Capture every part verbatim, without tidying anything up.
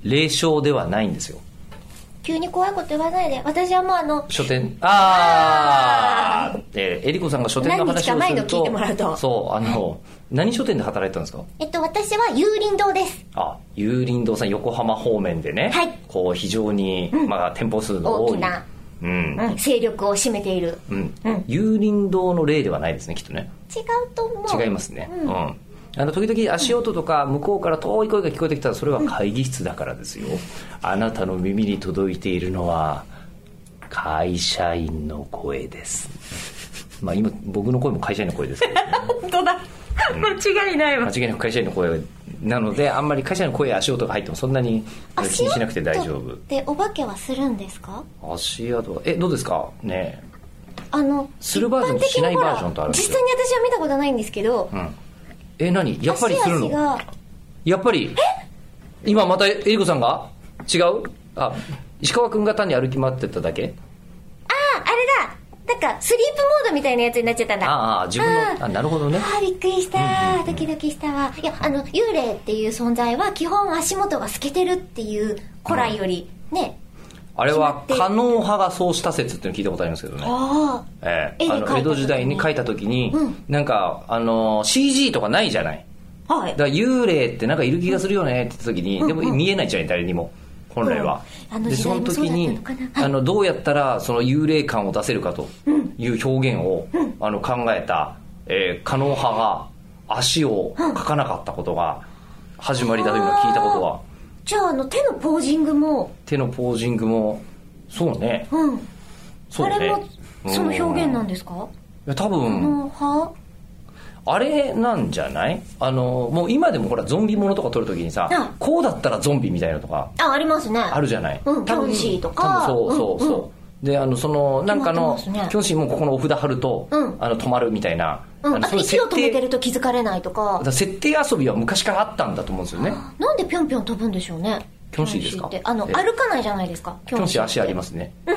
霊障ではないんですよ。 急に怖いこと言わないで。私はもうあの書店ああえりこさんが書店の話をすると、 何日か前の聞いてもらうと、 そうあの何書店で働いてたんですか？ えっと私は有林堂です。 あ、有林堂さん、横浜方面でね、はい、こう非常に、うん、まあ店舗数の多い大きな、 うんうん、勢力を占めている、 うんうん、有林堂の例ではないですね、きっとね。 違うと思う。 違いますね。うん、うんあの時々足音とか向こうから遠い声が聞こえてきたら、それは会議室だからですよ。あなたの耳に届いているのは会社員の声です。まあ今僕の声も会社員の声ですけど、ね、 本当だ、間違いないわ。 間違いなく会社員の声なので、あんまり会社員の声や足音が入ってもそんなに気にしなくて大丈夫。 でお化けはするんですか？ 足音えどうですかね。 あのするバージョンとしないバージョンとあるんですよ。 実際に私は見たことないんですけど、 うんえ何やっぱりするの？やっぱり今またえりこさんが違う？あ、石川君が単に歩き回ってただけ？ ああ、あれだ、なんかスリープモードみたいなやつになっちゃったんだ。 ああ、自分の、あ、なるほどね。 ああ、びっくりした、うんうんうん、ドキドキしたわ。いや、あの幽霊っていう存在は基本足元が透けてるっていう古来よりね、 うん、あれは狩野派がそうした説っていうの聞いたことありますけどね。 あ、 ええ、あの江戸時代に書いた時に、うん、なんかあの シージー とかないじゃない、はい、だから幽霊ってなんかいる気がするよねって言った時に、うん、でも見えないじゃない誰にも本来は、うん、でその時にあのどうやったらその幽霊感を出せるかという表現を、うん、あの考えた、えー、狩野派が足を描かなかったことが始まりだというのを聞いたことは、 じゃあ、あの手のポージングも手のポージングもそうね、 うん、 そうね、 あれもその表現なんですか？ いや多分あれなんじゃない？あのもう今でもほらゾンビものとか撮るときにさ、うん、こうだったらゾンビみたいなとかあ, ありますね。 あるじゃない、 うん、キョンシーとか多分そうそうそう、うんうん、であのそのなんかの、ね、キョンシーもここのお札貼ると、うん、あの止まるみたいな、 うん、あと息を止めてると気づかれないとか、 だ設定遊びは昔からあったんだと思うんですよね。 なんでぴょんぴょん飛ぶんでしょうね。 キョンシーですか？ あの歩かないじゃないですか。 キョンシー足ありますね。 うん、うん、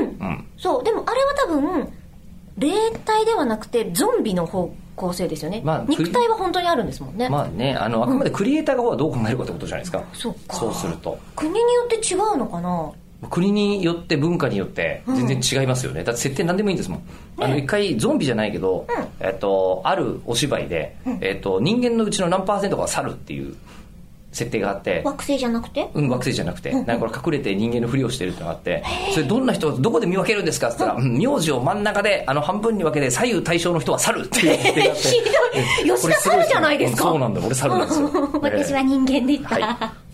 そうでもあれは多分霊体ではなくてゾンビの方向性ですよね、まあ、肉体は本当にあるんですもんね。 まあね、あのあくまでクリエイター側はどう考えるかってことじゃないですか、うん、そうか。そうすると国によって違うのかな。 国によって文化によって全然違いますよね、うん、だって設定何でもいいんですもん、ね、あの一回ゾンビじゃないけど、うんえっと、あるお芝居で、うんえっと、人間のうちの何パーセントが猿っていう設定があって、 惑星じゃなくて、 うん、惑星じゃなくて、うん、なんかこれ隠れて人間のふりをしてるってのがあって、それどんな人どこで見分けるんですかって言ったら、うん、名字を真ん中であの半分に分けて左右対称の人は猿っていう設定があってひどい吉田猿じゃないですか。 そうなんだ、俺猿なんですよ私は人間でした、 はい